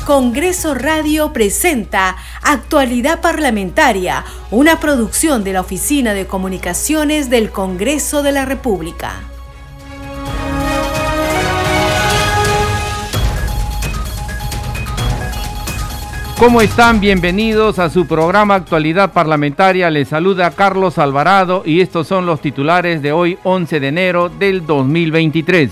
Congreso Radio presenta Actualidad Parlamentaria, una producción de la Oficina de Comunicaciones del Congreso de la República. ¿Cómo están? Bienvenidos a su programa Actualidad Parlamentaria. Les saluda Carlos Alvarado y estos son los titulares de hoy, 11 de enero del 2023.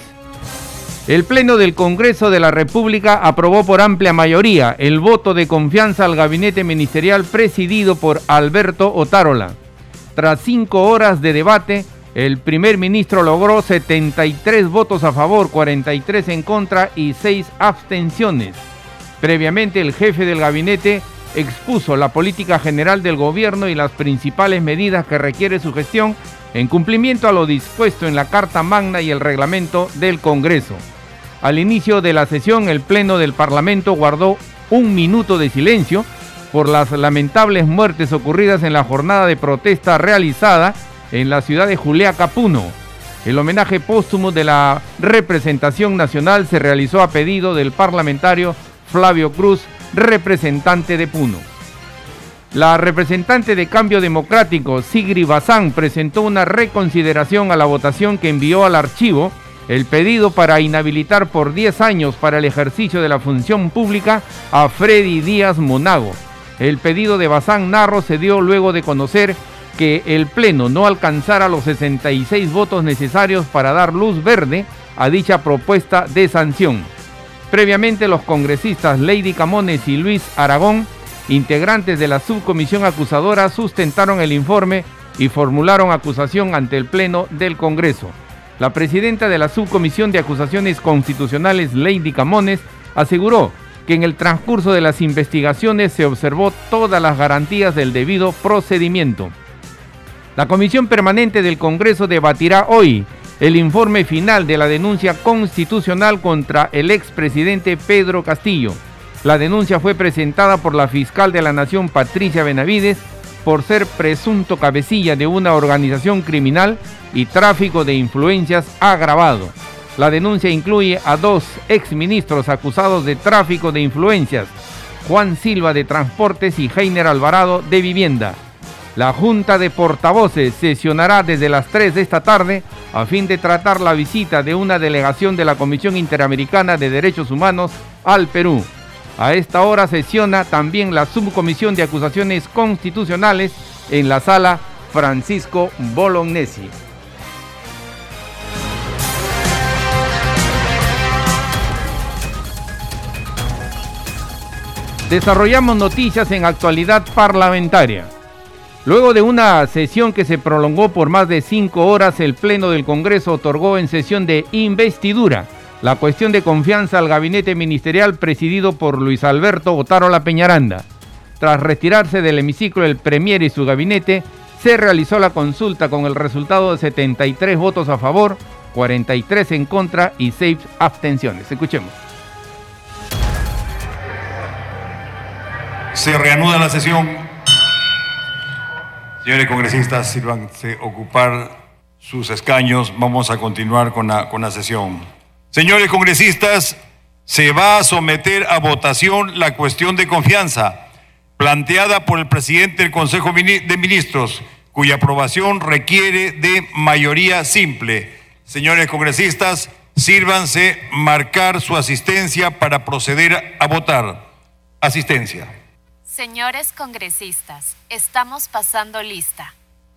El Pleno del Congreso de la República aprobó por amplia mayoría el voto de confianza al gabinete ministerial presidido por Alberto Otárola. Tras 5 horas de debate, el primer ministro logró 73 votos a favor, 43 en contra y 6 abstenciones. Previamente, el jefe del gabinete expuso la política general del gobierno y las principales medidas que requiere su gestión en cumplimiento a lo dispuesto en la Carta Magna y el reglamento del Congreso. Al inicio de la sesión, el Pleno del Parlamento guardó 1 minuto de silencio por las lamentables muertes ocurridas en la jornada de protesta realizada en la ciudad de Juliaca, Puno. El homenaje póstumo de la representación nacional se realizó a pedido del parlamentario Flavio Cruz, representante de Puno. La representante de Cambio Democrático, Sigrid Bazán, presentó una reconsideración a la votación que envió al archivo el pedido para inhabilitar por 10 años para el ejercicio de la función pública a Freddy Díaz Monago. El pedido de Bazán Narro se dio luego de conocer que el Pleno no alcanzara los 66 votos necesarios para dar luz verde a dicha propuesta de sanción. Previamente, los congresistas Lady Camones y Luis Aragón, integrantes de la subcomisión acusadora, sustentaron el informe y formularon acusación ante el Pleno del Congreso. La presidenta de la subcomisión de acusaciones constitucionales, Lady Camones, aseguró que en el transcurso de las investigaciones se observó todas las garantías del debido procedimiento. La Comisión Permanente del Congreso debatirá hoy el informe final de la denuncia constitucional contra el expresidente Pedro Castillo. La denuncia fue presentada por la fiscal de la Nación, Patricia Benavides, por ser presunto cabecilla de una organización criminal y tráfico de influencias agravado. La denuncia incluye a 2 exministros acusados de tráfico de influencias, Juan Silva de Transportes y Heiner Alvarado de Vivienda. La Junta de Portavoces sesionará desde las 3 de esta tarde a fin de tratar la visita de una delegación de la Comisión Interamericana de Derechos Humanos al Perú. A esta hora sesiona también la Subcomisión de Acusaciones Constitucionales en la sala Francisco Bolognesi. Desarrollamos noticias en Actualidad Parlamentaria. Luego de una sesión que se prolongó por más de 5 horas, el Pleno del Congreso otorgó en sesión de investidura la cuestión de confianza al gabinete ministerial presidido por Luis Alberto Otárola Peñaranda. Tras retirarse del hemiciclo el Premier y su gabinete, se realizó la consulta con el resultado de 73 votos a favor, 43 en contra y 6 abstenciones. Escuchemos. Se reanuda la sesión. Señores congresistas, sírvanse ocupar sus escaños. Vamos a continuar con la sesión. Señores congresistas, se va a someter a votación la cuestión de confianza planteada por el presidente del Consejo de Ministros, cuya aprobación requiere de mayoría simple. Señores congresistas, sírvanse marcar su asistencia para proceder a votar. Asistencia. Señores congresistas, estamos pasando lista.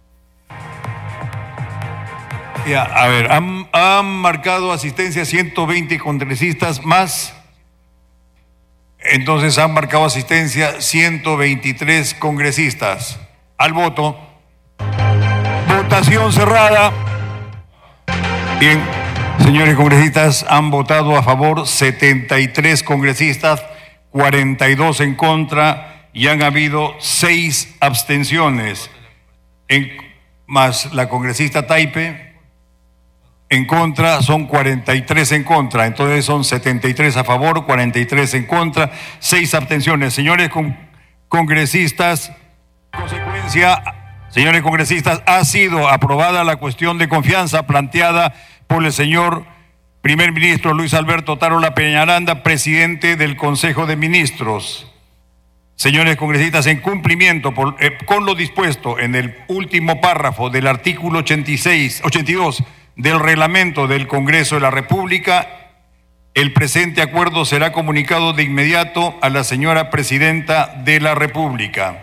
Ya, a ver, han marcado asistencia 120 congresistas más. Entonces han marcado asistencia 123 congresistas. Al voto. Votación cerrada. Bien, señores congresistas, han votado a favor 73 congresistas, 42 en contra y han habido 6 abstenciones. Más la congresista Taipe. En contra son 43 en contra, entonces son 73 a favor, 43 en contra, 6 abstenciones. Señores congresistas, consecuencia, señores congresistas, ha sido aprobada la cuestión de confianza planteada por el señor Primer ministro Luis Alberto Otárola Peñaranda, presidente del Consejo de Ministros. Señores congresistas, en cumplimiento con lo dispuesto en el último párrafo del artículo 82 del reglamento del Congreso de la República, el presente acuerdo será comunicado de inmediato a la señora Presidenta de la República.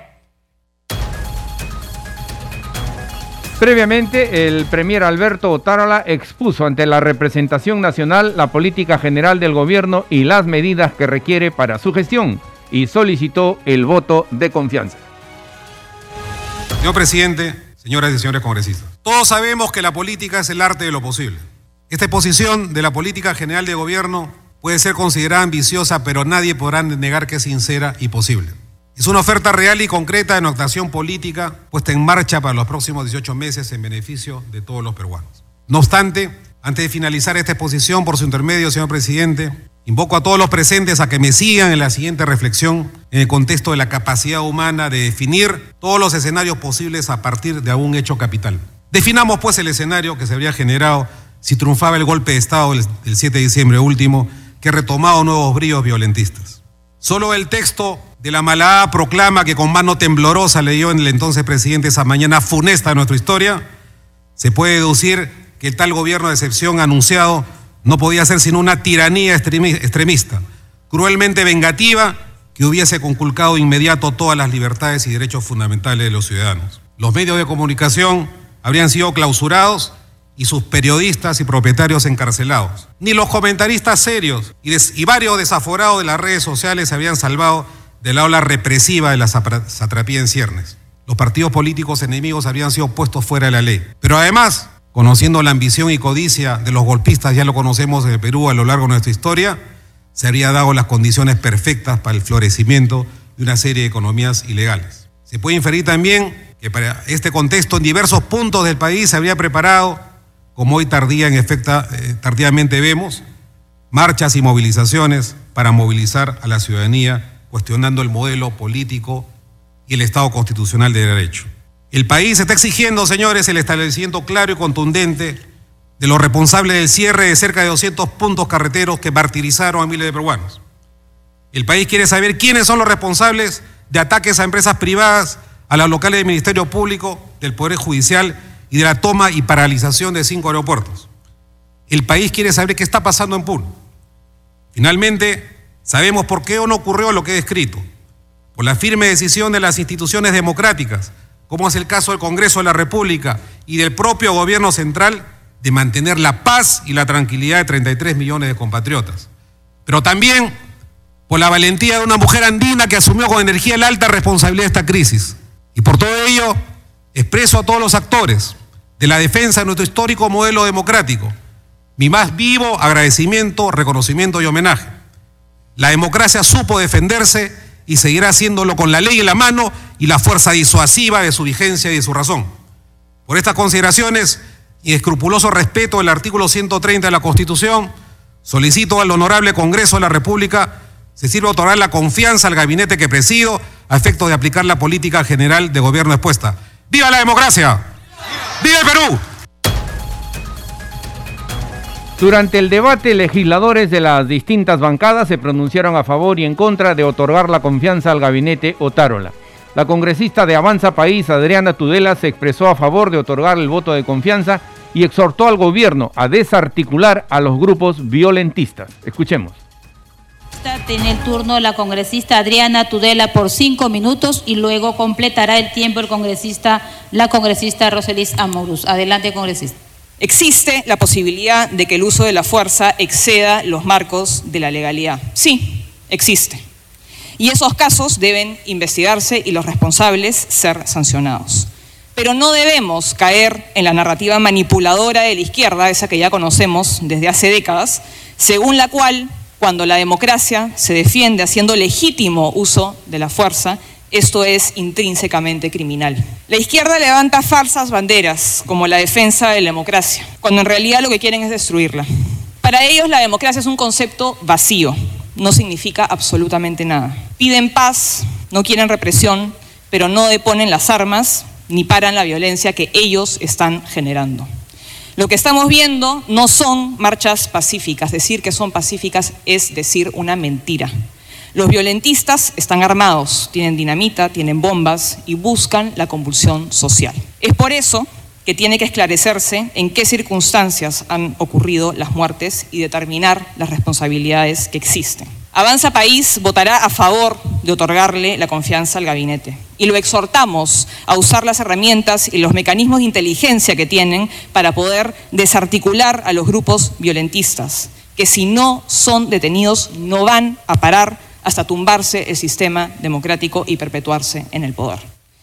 Previamente, el premier Alberto Otárola expuso ante la representación nacional la política general del gobierno y las medidas que requiere para su gestión y solicitó el voto de confianza. Señor presidente, señoras y señores congresistas, todos sabemos que la política es el arte de lo posible. Esta exposición de la política general de gobierno puede ser considerada ambiciosa, pero nadie podrá negar que es sincera y posible. Es una oferta real y concreta de nuestra acción política puesta en marcha para los próximos 18 meses en beneficio de todos los peruanos. No obstante, antes de finalizar esta exposición, por su intermedio, señor presidente, invoco a todos los presentes a que me sigan en la siguiente reflexión en el contexto de la capacidad humana de definir todos los escenarios posibles a partir de algún hecho capital. Definamos pues el escenario que se habría generado si triunfaba el golpe de Estado del 7 de diciembre último, que ha retomado nuevos bríos violentistas. Solo el texto de la malhadada proclama que con mano temblorosa leyó en el entonces presidente esa mañana funesta de nuestra historia, se puede deducir que el tal gobierno de excepción anunciado no podía ser sino una tiranía extremista, cruelmente vengativa, que hubiese conculcado de inmediato todas las libertades y derechos fundamentales de los ciudadanos. Los medios de comunicación habrían sido clausurados y sus periodistas y propietarios encarcelados. Ni los comentaristas serios y varios desaforados de las redes sociales se habían salvado de la ola represiva de la satrapía en ciernes. Los partidos políticos enemigos habrían sido puestos fuera de la ley. Pero además, conociendo la ambición y codicia de los golpistas, ya lo conocemos en el Perú a lo largo de nuestra historia, se habría dado las condiciones perfectas para el florecimiento de una serie de economías ilegales. Se puede inferir también que para este contexto en diversos puntos del país se habría preparado, como hoy tardíamente vemos, marchas y movilizaciones para movilizar a la ciudadanía, cuestionando el modelo político y el Estado constitucional de derecho. El país está exigiendo, señores, el establecimiento claro y contundente de los responsables del cierre de cerca de 200 puntos carreteros que martirizaron a miles de peruanos. El país quiere saber quiénes son los responsables de ataques a empresas privadas, a los locales del Ministerio Público, del Poder Judicial y de la toma y paralización de 5 aeropuertos. El país quiere saber qué está pasando en Puno. Finalmente, sabemos por qué no ocurrió lo que he descrito. Por la firme decisión de las instituciones democráticas, como es el caso del Congreso de la República y del propio gobierno central, de mantener la paz y la tranquilidad de 33 millones de compatriotas. Pero también por la valentía de una mujer andina que asumió con energía la alta responsabilidad de esta crisis. Y por todo ello, expreso a todos los actores de la defensa de nuestro histórico modelo democrático mi más vivo agradecimiento, reconocimiento y homenaje. La democracia supo defenderse y seguirá haciéndolo con la ley en la mano y la fuerza disuasiva de su vigencia y de su razón. Por estas consideraciones y escrupuloso respeto del artículo 130 de la Constitución, solicito al Honorable Congreso de la República se sirva otorgar la confianza al gabinete que presido a efecto de aplicar la política general de gobierno expuesta. ¡Viva la democracia! ¡Viva el Perú! Durante el debate, legisladores de las distintas bancadas se pronunciaron a favor y en contra de otorgar la confianza al gabinete Otárola. La congresista de Avanza País, Adriana Tudela, se expresó a favor de otorgar el voto de confianza y exhortó al gobierno a desarticular a los grupos violentistas. Escuchemos. Tiene el turno la congresista Adriana Tudela por 5 minutos y luego completará el tiempo la congresista Roselis Amorús. Adelante, congresista. ¿Existe la posibilidad de que el uso de la fuerza exceda los marcos de la legalidad? Sí, existe. Y esos casos deben investigarse y los responsables ser sancionados. Pero no debemos caer en la narrativa manipuladora de la izquierda, esa que ya conocemos desde hace décadas, según la cual, cuando la democracia se defiende haciendo legítimo uso de la fuerza, esto es intrínsecamente criminal. La izquierda levanta falsas banderas, como la defensa de la democracia, cuando en realidad lo que quieren es destruirla. Para ellos la democracia es un concepto vacío, no significa absolutamente nada. Piden paz, no quieren represión, pero no deponen las armas ni paran la violencia que ellos están generando. Lo que estamos viendo no son marchas pacíficas. Decir que son pacíficas es decir una mentira. Los violentistas están armados, tienen dinamita, tienen bombas y buscan la convulsión social. Es por eso que tiene que esclarecerse en qué circunstancias han ocurrido las muertes y determinar las responsabilidades que existen. Avanza País votará a favor de otorgarle la confianza al gabinete y lo exhortamos a usar las herramientas y los mecanismos de inteligencia que tienen para poder desarticular a los grupos violentistas, que si no son detenidos no van a parar hasta tumbarse el sistema democrático y perpetuarse en el poder.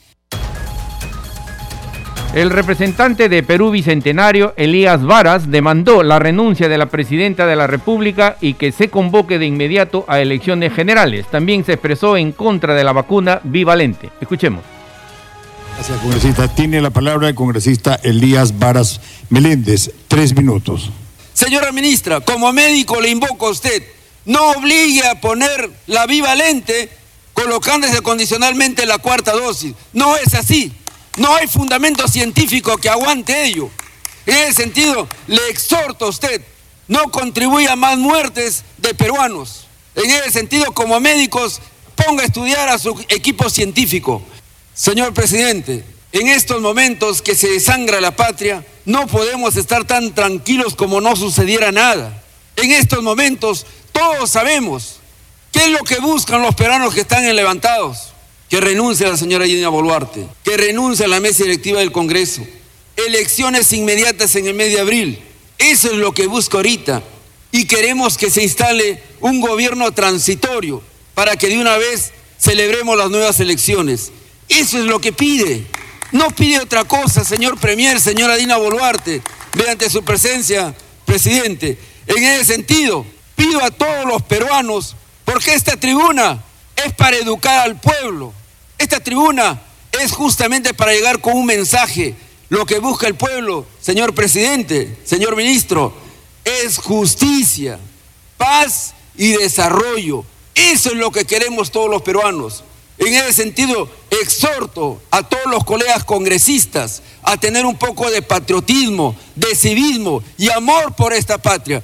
El representante de Perú Bicentenario, Elías Varas, demandó la renuncia de la presidenta de la República y que se convoque de inmediato a elecciones generales. También se expresó en contra de la vacuna bivalente. Escuchemos. Gracias, congresista. Tiene la palabra el congresista Elías Varas Meléndez. 3 minutos. Señora ministra, como médico le invoco a usted, no obligue a poner la bivalente colocándose condicionalmente la 4ª dosis. No es así. No hay fundamento científico que aguante ello. En ese sentido, le exhorto a usted, no contribuya a más muertes de peruanos. En ese sentido, como médicos, ponga a estudiar a su equipo científico. Señor presidente, en estos momentos que se desangra la patria, no podemos estar tan tranquilos como no sucediera nada. En estos momentos, todos sabemos qué es lo que buscan los peruanos que están levantados. Que renuncie la señora Dina Boluarte, que renuncie a la mesa directiva del Congreso, elecciones inmediatas en el mes de abril. Eso es lo que busca ahorita. Y queremos que se instale un gobierno transitorio para que de una vez celebremos las nuevas elecciones. Eso es lo que pide. No pide otra cosa, señor Premier, señora Dina Boluarte, mediante su presencia, presidente. En ese sentido, pido a todos los peruanos, porque esta tribuna es para educar al pueblo. Esta tribuna es justamente para llegar con un mensaje. Lo que busca el pueblo, señor presidente, señor ministro, es justicia, paz y desarrollo. Eso es lo que queremos todos los peruanos. En ese sentido, exhorto a todos los colegas congresistas a tener un poco de patriotismo, de civismo y amor por esta patria.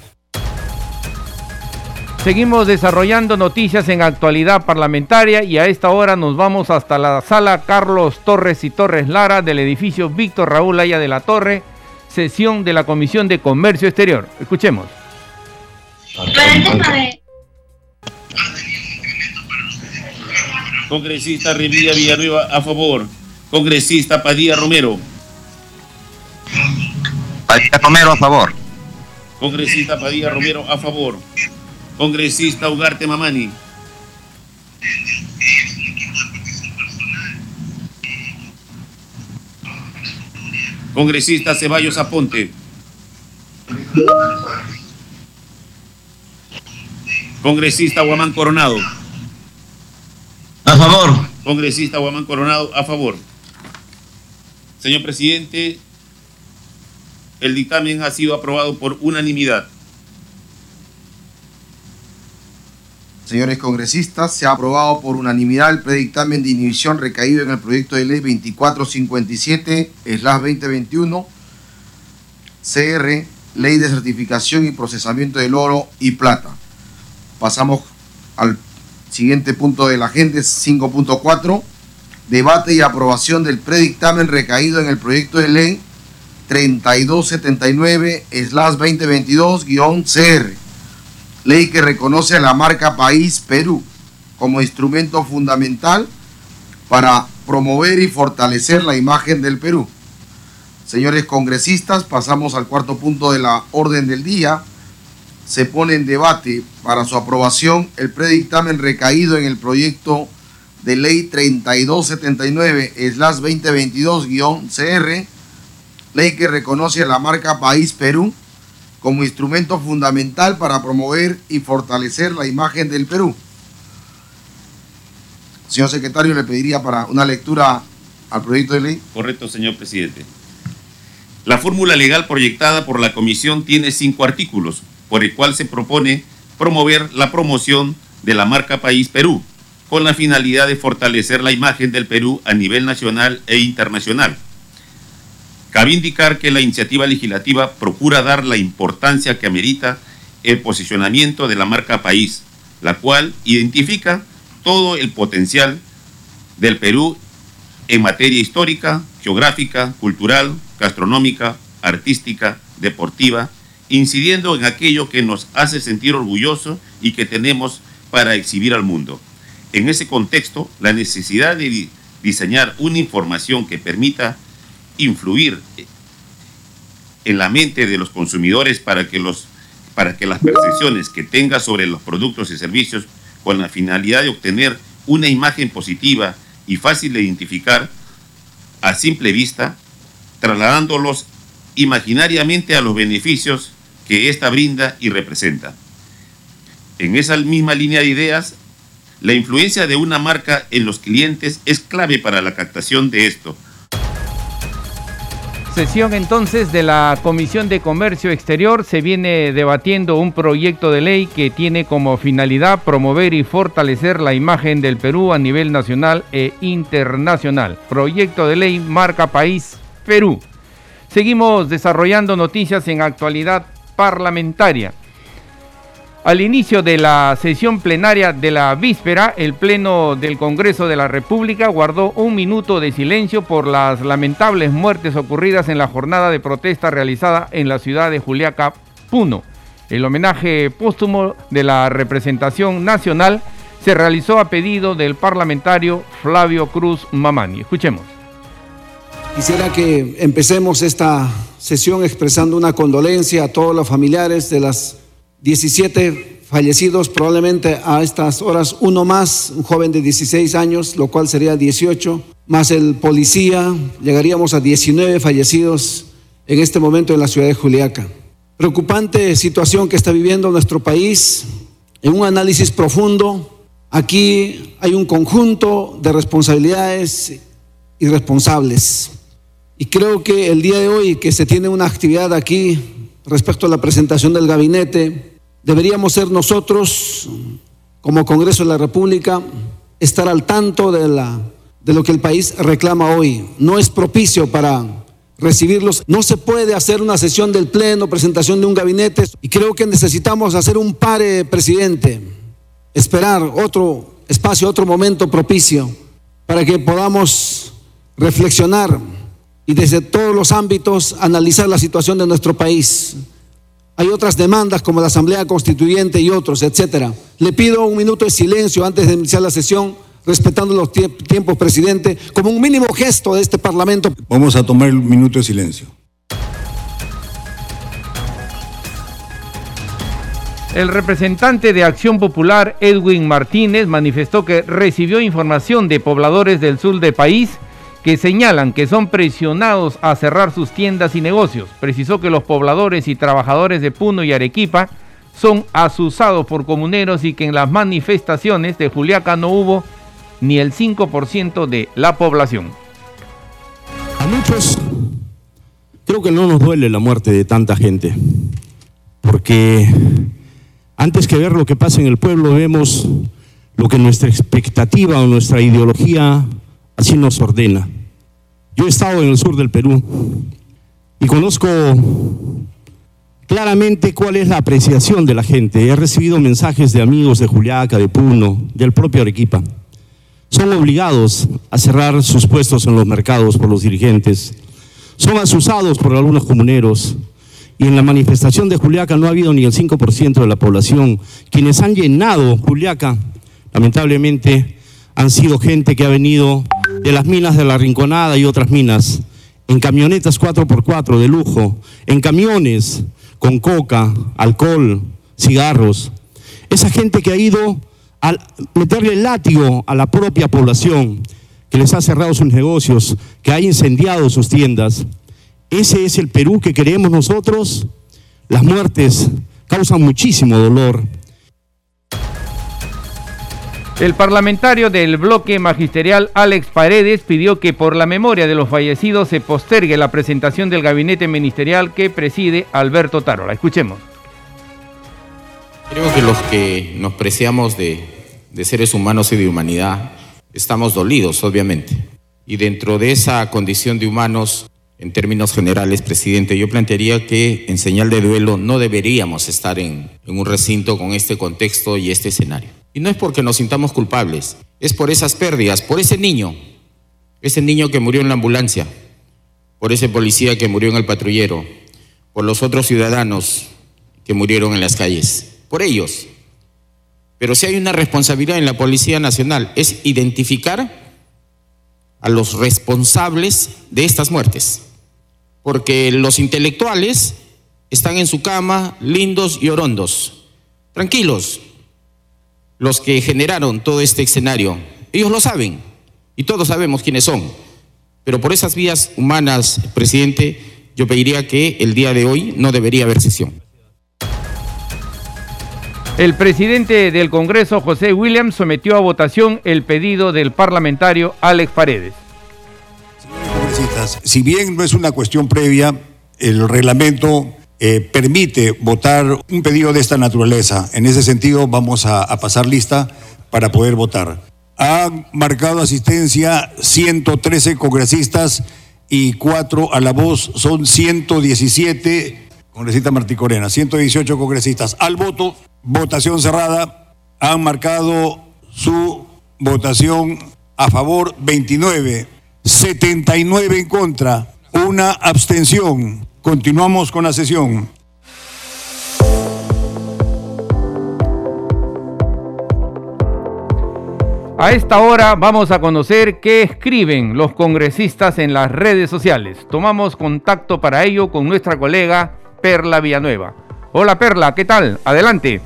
Seguimos desarrollando noticias en actualidad parlamentaria y a esta hora nos vamos hasta la sala Carlos Torres y Torres Lara del edificio Víctor Raúl Haya de la Torre, sesión de la Comisión de Comercio Exterior. Escuchemos. Congresista Revilla Villanueva, a favor. Congresista Padilla Romero. Padilla Romero, a favor. Congresista Padilla Romero, a favor. Congresista Ugarte Mamani. Congresista Ceballos Aponte. Congresista Guamán Coronado. A favor. Congresista Guamán Coronado, a favor. Señor presidente, el dictamen ha sido aprobado por unanimidad. Señores congresistas, se ha aprobado por unanimidad el predictamen de inhibición recaído en el proyecto de ley 2457/2021, CR, Ley de Certificación y Procesamiento del Oro y Plata. Pasamos al siguiente punto de la agenda, 5.4, debate y aprobación del predictamen recaído en el proyecto de ley 3279/2022-CR. Ley que reconoce a la marca País Perú como instrumento fundamental para promover y fortalecer la imagen del Perú. Señores congresistas, pasamos al cuarto punto de la orden del día. Se pone en debate para su aprobación el predictamen recaído en el proyecto de ley 3279/2022-CR, ley que reconoce a la marca País Perú como instrumento fundamental para promover y fortalecer la imagen del Perú. Señor secretario, le pediría para una lectura al proyecto de ley. Correcto, señor presidente. La fórmula legal proyectada por la comisión tiene 5 artículos, por el cual se propone promover la promoción de la marca País Perú, con la finalidad de fortalecer la imagen del Perú a nivel nacional e internacional. Cabe indicar que la iniciativa legislativa procura dar la importancia que amerita el posicionamiento de la marca país, la cual identifica todo el potencial del Perú en materia histórica, geográfica, cultural, gastronómica, artística, deportiva, incidiendo en aquello que nos hace sentir orgullosos y que tenemos para exhibir al mundo. En ese contexto, la necesidad de diseñar una información que permita influir en la mente de los consumidores para que las percepciones que tenga sobre los productos y servicios con la finalidad de obtener una imagen positiva y fácil de identificar a simple vista, trasladándolos imaginariamente a los beneficios que ésta brinda y representa. En esa misma línea de ideas, la influencia de una marca en los clientes es clave para la captación de esto. Sesión entonces de la Comisión de Comercio Exterior. Se viene debatiendo un proyecto de ley que tiene como finalidad promover y fortalecer la imagen del Perú a nivel nacional e internacional. Proyecto de ley Marca País Perú. Seguimos desarrollando noticias en actualidad parlamentaria. Al inicio de la sesión plenaria de la víspera, el Pleno del Congreso de la República guardó un minuto de silencio por las lamentables muertes ocurridas en la jornada de protesta realizada en la ciudad de Juliaca, Puno. El homenaje póstumo de la representación nacional se realizó a pedido del parlamentario Flavio Cruz Mamani. Escuchemos. Quisiera que empecemos esta sesión expresando una condolencia a todos los familiares de las 17 fallecidos, probablemente a estas horas uno más, un joven de 16 años, lo cual sería 18, más el policía, llegaríamos a 19 fallecidos en este momento en la ciudad de Juliaca. Preocupante situación que está viviendo nuestro país. En un análisis profundo, aquí hay un conjunto de responsabilidades irresponsables. Y creo que el día de hoy que se tiene una actividad aquí respecto a la presentación del gabinete, deberíamos ser nosotros, como Congreso de la República, estar al tanto de lo que el país reclama hoy. No es propicio para recibirlos. No se puede hacer una sesión del Pleno, presentación de un gabinete, y creo que necesitamos hacer un pare, presidente, esperar otro espacio, otro momento propicio para que podamos reflexionar y desde todos los ámbitos analizar la situación de nuestro país. Hay otras demandas como la Asamblea Constituyente y otros, etcétera. Le pido un minuto de silencio antes de iniciar la sesión, respetando los tiempos, presidente, como un mínimo gesto de este Parlamento. Vamos a tomar un minuto de silencio. El representante de Acción Popular, Edwin Martínez, manifestó que recibió información de pobladores del sur del país que señalan que son presionados a cerrar sus tiendas y negocios. Precisó que los pobladores y trabajadores de Puno y Arequipa son asusados por comuneros y que en las manifestaciones de Juliaca no hubo ni el 5% de la población. A muchos creo que no nos duele la muerte de tanta gente, porque antes que ver lo que pasa en el pueblo, vemos lo que nuestra expectativa o nuestra ideología así nos ordena. Yo he estado en el sur del Perú y conozco claramente cuál es la apreciación de la gente. He recibido mensajes de amigos de Juliaca, de Puno, del propio Arequipa. Son obligados a cerrar sus puestos en los mercados por los dirigentes. Son asusados por algunos comuneros. Y en la manifestación de Juliaca no ha habido ni el 5% de la población. Quienes han llenado Juliaca, lamentablemente, han sido gente que ha venido de las minas de la Rinconada y otras minas, en camionetas 4x4 de lujo, en camiones con coca, alcohol, cigarros. Esa gente que ha ido a meterle el látigo a la propia población, que les ha cerrado sus negocios, que ha incendiado sus tiendas. ¿Ese es el Perú que queremos nosotros? Las muertes causan muchísimo dolor. El parlamentario del bloque magisterial Alex Paredes pidió que por la memoria de los fallecidos se postergue la presentación del gabinete ministerial que preside Alberto Tarola. Escuchemos. Creo que los que nos preciamos de seres humanos y de humanidad estamos dolidos, obviamente. Y dentro de esa condición de humanos En términos generales, presidente, yo plantearía que en señal de duelo no deberíamos estar en un recinto con este contexto y este escenario. Y no es porque nos sintamos culpables, es por esas pérdidas, por ese niño que murió en la ambulancia, por ese policía que murió en el patrullero, por los otros ciudadanos que murieron en las calles, por ellos. Pero si hay una responsabilidad en la Policía Nacional, es identificar a los responsables de estas muertes. Porque los intelectuales están en su cama, lindos y orondos, tranquilos. Los que generaron todo este escenario, ellos lo saben y todos sabemos quiénes son. Pero por esas vías humanas, presidente, yo pediría que el día de hoy no debería haber sesión. El presidente del Congreso, José Williams, sometió a votación el pedido del parlamentario Alex Paredes. Si bien no es una cuestión previa, el reglamento permite votar un pedido de esta naturaleza. En ese sentido, vamos a pasar lista para poder votar. Han marcado asistencia 113 congresistas y 4 a la voz, son 117, congresista Martí Corena, 118 congresistas al voto. Votación cerrada, han marcado su votación a favor 29, 79 en contra, una abstención. Continuamos con la sesión. A esta hora vamos a conocer qué escriben los congresistas en las redes sociales. Tomamos contacto para ello con nuestra colega Perla Villanueva. Hola Perla, ¿qué tal? Adelante.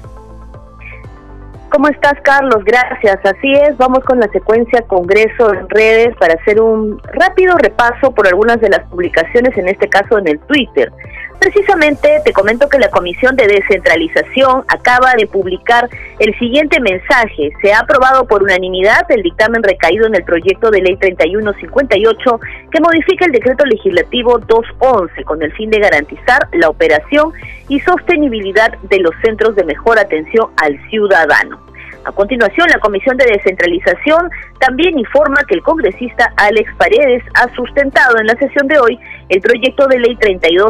¿Cómo estás, Carlos? Gracias. Así es, vamos con la secuencia Congreso en redes para hacer un rápido repaso por algunas de las publicaciones, en este caso en el Twitter. Precisamente te comento que la Comisión de Descentralización acaba de publicar el siguiente mensaje. Se ha aprobado por unanimidad el dictamen recaído en el proyecto de ley 3158 que modifica el decreto legislativo 211 con el fin de garantizar la operación y sostenibilidad de los centros de mejor atención al ciudadano. A continuación, la Comisión de Descentralización también informa que el congresista Alex Paredes ha sustentado en la sesión de hoy el proyecto de ley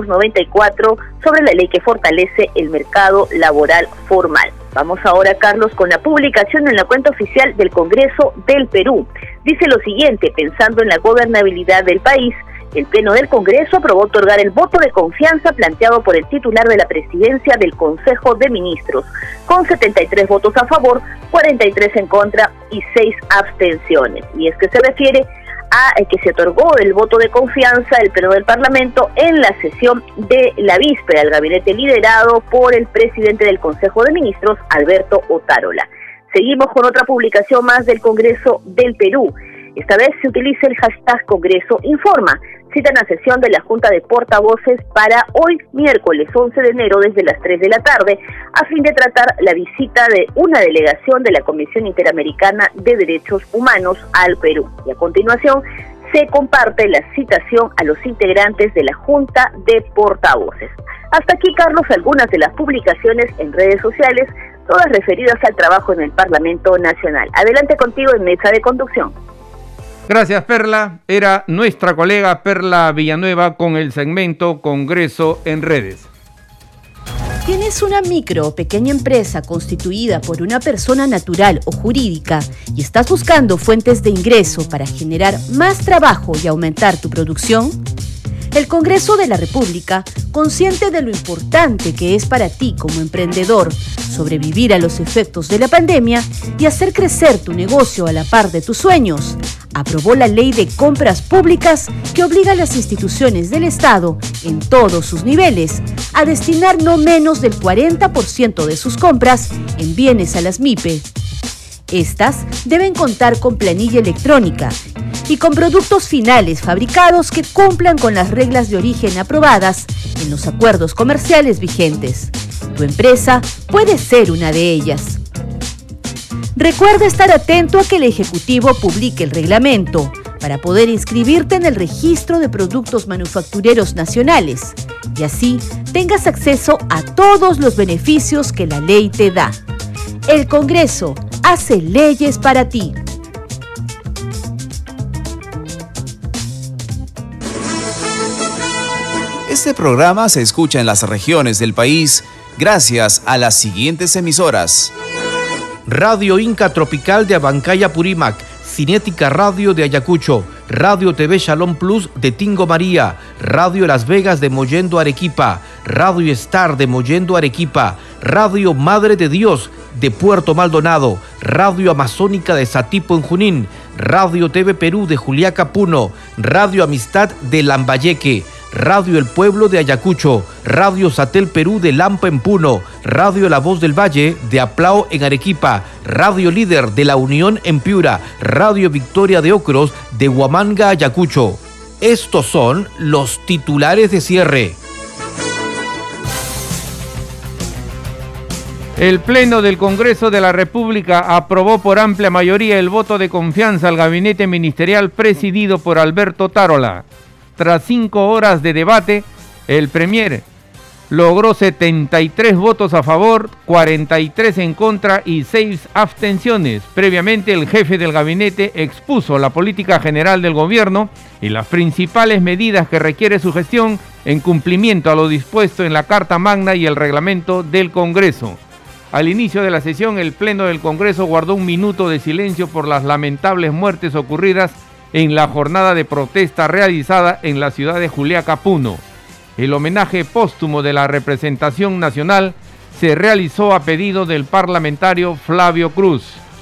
3294 sobre la ley que fortalece el mercado laboral formal. Vamos ahora, Carlos, con la publicación en la cuenta oficial del Congreso del Perú. Dice lo siguiente: pensando en la gobernabilidad del país, el Pleno del Congreso aprobó otorgar el voto de confianza planteado por el titular de la presidencia del Consejo de Ministros, con 73 votos a favor, 43 en contra y 6 abstenciones. Y es que se refiere a que se otorgó el voto de confianza del Pleno del Parlamento en la sesión de la víspera al gabinete liderado por el presidente del Consejo de Ministros, Alberto Otárola. Seguimos con otra publicación más del Congreso del Perú. Esta vez se utiliza el hashtag Congreso Informa. Citan a sesión de la Junta de Portavoces para hoy, miércoles 11 de enero, desde las 3 de la tarde, a fin de tratar la visita de una delegación de la Comisión Interamericana de Derechos Humanos al Perú. Y a continuación, se comparte la citación a los integrantes de la Junta de Portavoces. Hasta aquí, Carlos, algunas de las publicaciones en redes sociales, todas referidas al trabajo en el Parlamento Nacional. Adelante contigo en Mesa de Conducción. Gracias, Perla. Era nuestra colega Perla Villanueva con el segmento Congreso en Redes. ¿Tienes una micro o pequeña empresa constituida por una persona natural o jurídica y estás buscando fuentes de ingreso para generar más trabajo y aumentar tu producción? El Congreso de la República, consciente de lo importante que es para ti como emprendedor sobrevivir a los efectos de la pandemia y hacer crecer tu negocio a la par de tus sueños, aprobó la Ley de Compras Públicas que obliga a las instituciones del Estado, en todos sus niveles, a destinar no menos del 40% de sus compras en bienes a las MIPE. Estas deben contar con planilla electrónica y con productos finales fabricados que cumplan con las reglas de origen aprobadas en los acuerdos comerciales vigentes. Tu empresa puede ser una de ellas. Recuerda estar atento a que el Ejecutivo publique el reglamento para poder inscribirte en el registro de productos manufactureros nacionales y así tengas acceso a todos los beneficios que la ley te da. El Congreso hace leyes para ti. Este programa se escucha en las regiones del país gracias a las siguientes emisoras: Radio Inca Tropical de Abancaya Purímac, Cinética Radio de Ayacucho, Radio TV Shalom Plus de Tingo María, Radio Las Vegas de Mollendo Arequipa, Radio Star de Mollendo Arequipa, Radio Madre de Dios de Puerto Maldonado, Radio Amazónica de Satipo en Junín, Radio TV Perú de Juliaca Puno, Radio Amistad de Lambayeque, Radio El Pueblo de Ayacucho, Radio Satel Perú de Lampa en Puno, Radio La Voz del Valle de Aplao en Arequipa, Radio Líder de La Unión en Piura, Radio Victoria de Ocros de Huamanga, Ayacucho. Estos son los titulares de cierre. El Pleno del Congreso de la República aprobó por amplia mayoría el voto de confianza al gabinete ministerial presidido por Alberto Tarola. Tras 5 horas de debate, el Premier logró 73 votos a favor, 43 en contra y 6 abstenciones. Previamente, el jefe del gabinete expuso la política general del gobierno y las principales medidas que requiere su gestión en cumplimiento a lo dispuesto en la Carta Magna y el reglamento del Congreso. Al inicio de la sesión, el Pleno del Congreso guardó un minuto de silencio por las lamentables muertes ocurridas en la jornada de protesta realizada en la ciudad de Juliaca, Puno. El homenaje póstumo de la representación nacional se realizó a pedido del parlamentario Flavio Cruz.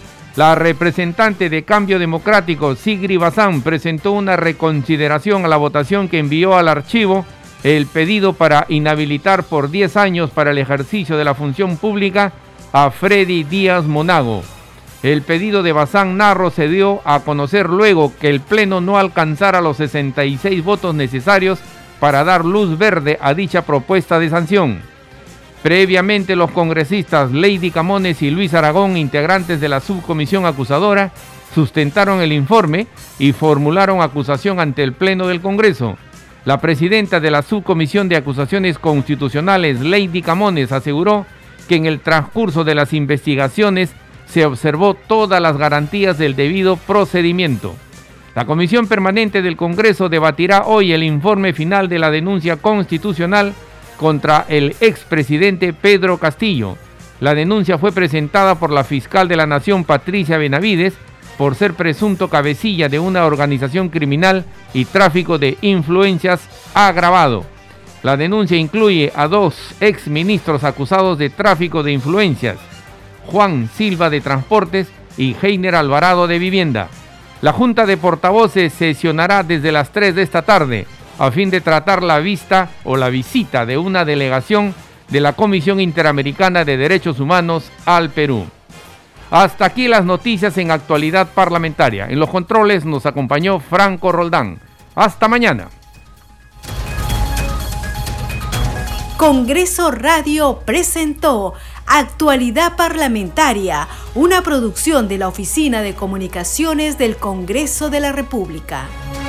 La representante de Cambio Democrático, Sigri Bazán, presentó una reconsideración a la votación que envió al archivo el pedido para inhabilitar por 10 años para el ejercicio de la función pública a Freddy Díaz Monago. El pedido de Bazán Narro se dio a conocer luego que el Pleno no alcanzara los 66 votos necesarios para dar luz verde a dicha propuesta de sanción. Previamente, los congresistas Lady Camones y Luis Aragón, integrantes de la subcomisión acusadora, sustentaron el informe y formularon acusación ante el Pleno del Congreso. La presidenta de la subcomisión de acusaciones constitucionales, Lady Camones, aseguró que en el transcurso de las investigaciones se observó todas las garantías del debido procedimiento. La Comisión Permanente del Congreso debatirá hoy el informe final de la denuncia constitucional contra el expresidente Pedro Castillo. La denuncia fue presentada por la fiscal de la Nación, Patricia Benavides, por ser presunto cabecilla de una organización criminal y tráfico de influencias agravado. La denuncia incluye a 2 exministros acusados de tráfico de influencias, Juan Silva de Transportes y Heiner Alvarado de Vivienda. La Junta de Portavoces sesionará desde las 3 de esta tarde a fin de tratar la visita de una delegación de la Comisión Interamericana de Derechos Humanos al Perú. Hasta aquí las noticias en Actualidad Parlamentaria. En los controles nos acompañó Franco Roldán. Hasta mañana. Congreso Radio presentó Actualidad Parlamentaria, una producción de la Oficina de Comunicaciones del Congreso de la República.